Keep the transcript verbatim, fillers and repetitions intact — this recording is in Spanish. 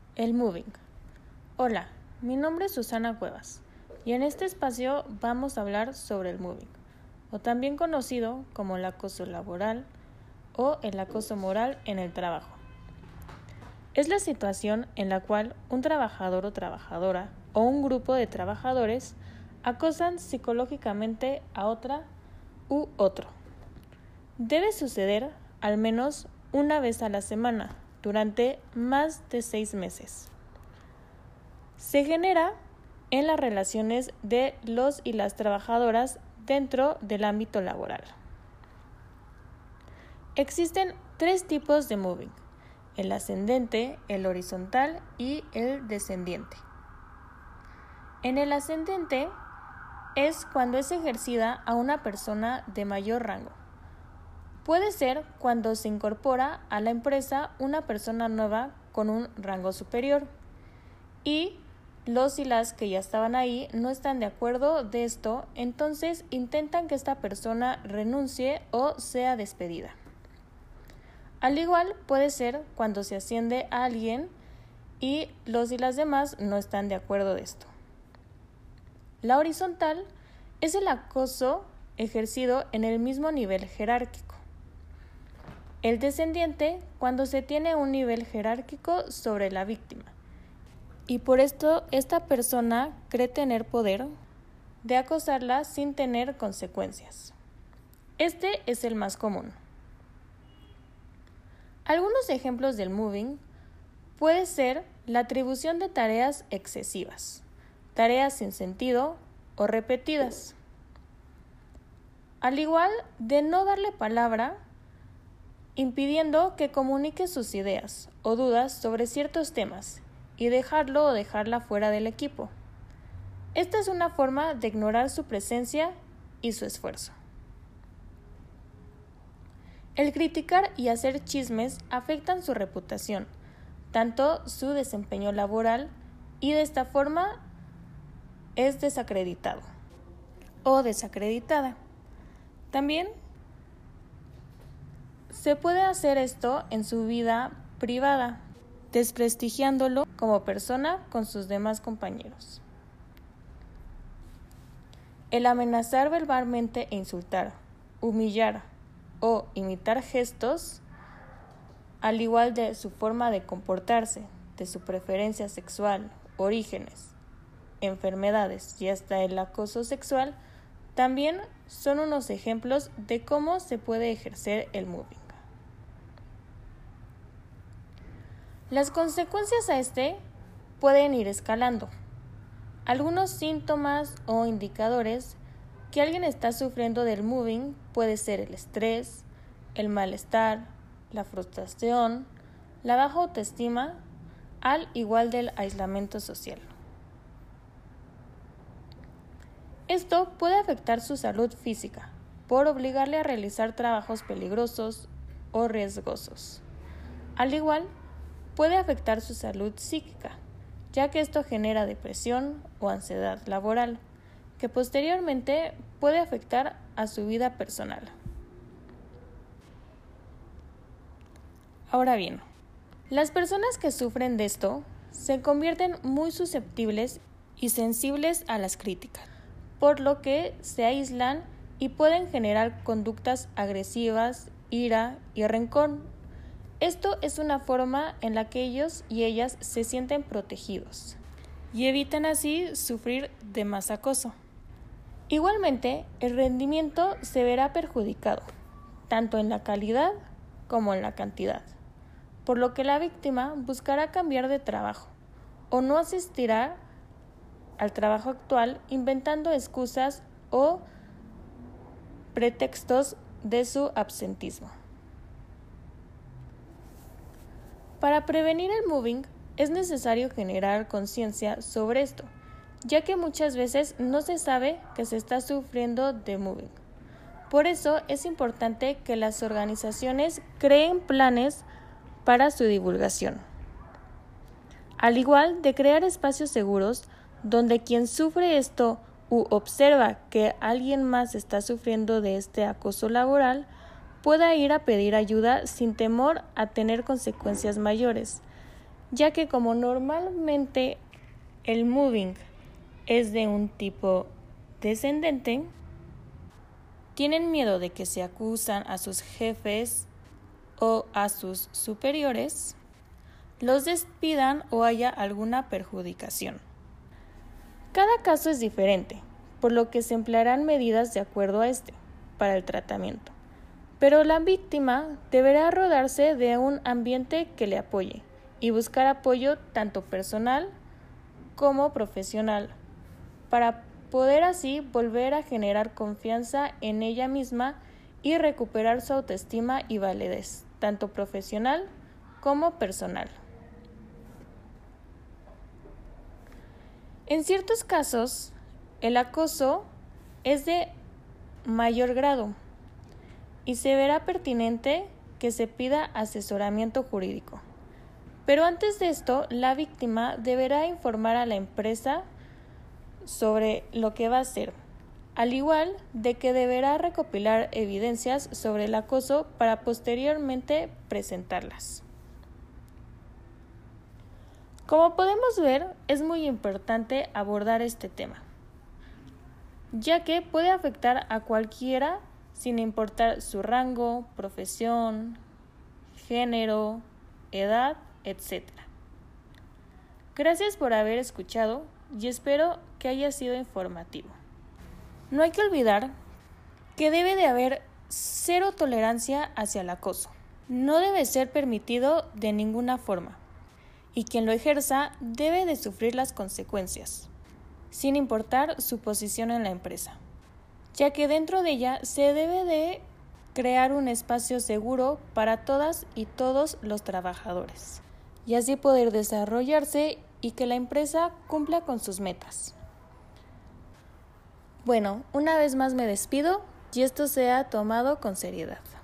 El moving. Hola, mi nombre es Susana Cuevas y en este espacio vamos a hablar sobre el moving, o también conocido como el acoso laboral o el acoso moral en el trabajo. Es la situación en la cual un trabajador o trabajadora o un grupo de trabajadores acosan psicológicamente a otra u otro. Debe suceder al menos una vez a la semana durante más de seis meses. Se genera en las relaciones de los y las trabajadoras dentro del ámbito laboral. Existen tres tipos de moving: el ascendente, el horizontal y el descendiente. En el ascendente es cuando es ejercida a una persona de mayor rango. Puede ser cuando se incorpora a la empresa una persona nueva con un rango superior y los y las que ya estaban ahí no están de acuerdo de esto, entonces intentan que esta persona renuncie o sea despedida. Al igual puede ser cuando se asciende a alguien y los y las demás no están de acuerdo de esto. La horizontal es el acoso ejercido en el mismo nivel jerárquico. El descendiente cuando se tiene un nivel jerárquico sobre la víctima y por esto esta persona cree tener poder de acosarla sin tener consecuencias. Este es el más común. Algunos ejemplos del moving puede ser la atribución de tareas excesivas, tareas sin sentido o repetidas. Al igual de no darle palabra, impidiendo que comunique sus ideas o dudas sobre ciertos temas y dejarlo o dejarla fuera del equipo. Esta es una forma de ignorar su presencia y su esfuerzo. El criticar y hacer chismes afectan su reputación, tanto su desempeño laboral, y de esta forma es desacreditado o desacreditada. También se puede hacer esto en su vida privada, desprestigiándolo como persona con sus demás compañeros. El amenazar verbalmente e insultar, humillar o imitar gestos, al igual de su forma de comportarse, de su preferencia sexual, orígenes, enfermedades y hasta el acoso sexual, también son unos ejemplos de cómo se puede ejercer el moving. Las consecuencias a este pueden ir escalando. Algunos síntomas o indicadores que alguien está sufriendo del moving puede ser el estrés, el malestar, la frustración, la baja autoestima, al igual del aislamiento social. Esto puede afectar su salud física por obligarle a realizar trabajos peligrosos o riesgosos. Al igual, puede afectar su salud psíquica, ya que esto genera depresión o ansiedad laboral, que posteriormente puede afectar a su vida personal. Ahora bien, las personas que sufren de esto se convierten muy susceptibles y sensibles a las críticas, por lo que se aíslan y pueden generar conductas agresivas, ira y rencor. Esto es una forma en la que ellos y ellas se sienten protegidos y evitan así sufrir de más acoso. Igualmente, el rendimiento se verá perjudicado, tanto en la calidad como en la cantidad, por lo que la víctima buscará cambiar de trabajo o no asistirá al trabajo actual inventando excusas o pretextos de su absentismo. Para prevenir el moving es necesario generar conciencia sobre esto, ya que muchas veces no se sabe que se está sufriendo de moving. Por eso es importante que las organizaciones creen planes para su divulgación, al igual de crear espacios seguros donde quien sufre esto u observa que alguien más está sufriendo de este acoso laboral pueda ir a pedir ayuda sin temor a tener consecuencias mayores, ya que como normalmente el moving es de un tipo descendente, tienen miedo de que se acusan a sus jefes o a sus superiores, los despidan o haya alguna perjudicación. Cada caso es diferente, por lo que se emplearán medidas de acuerdo a este para el tratamiento. Pero la víctima deberá rodearse de un ambiente que le apoye y buscar apoyo tanto personal como profesional para poder así volver a generar confianza en ella misma y recuperar su autoestima y validez, tanto profesional como personal. En ciertos casos, el acoso es de mayor grado y se verá pertinente que se pida asesoramiento jurídico. Pero antes de esto, la víctima deberá informar a la empresa sobre lo que va a hacer, al igual de que deberá recopilar evidencias sobre el acoso para posteriormente presentarlas. Como podemos ver, es muy importante abordar este tema, ya que puede afectar a cualquiera sin importar su rango, profesión, género, edad, etcétera. Gracias por haber escuchado y espero que haya sido informativo. No hay que olvidar que debe de haber cero tolerancia hacia el acoso. No debe ser permitido de ninguna forma y quien lo ejerza debe de sufrir las consecuencias, sin importar su posición en la empresa, ya que dentro de ella se debe de crear un espacio seguro para todas y todos los trabajadores, y así poder desarrollarse y que la empresa cumpla con sus metas. Bueno, una vez más me despido y esto sea tomado con seriedad.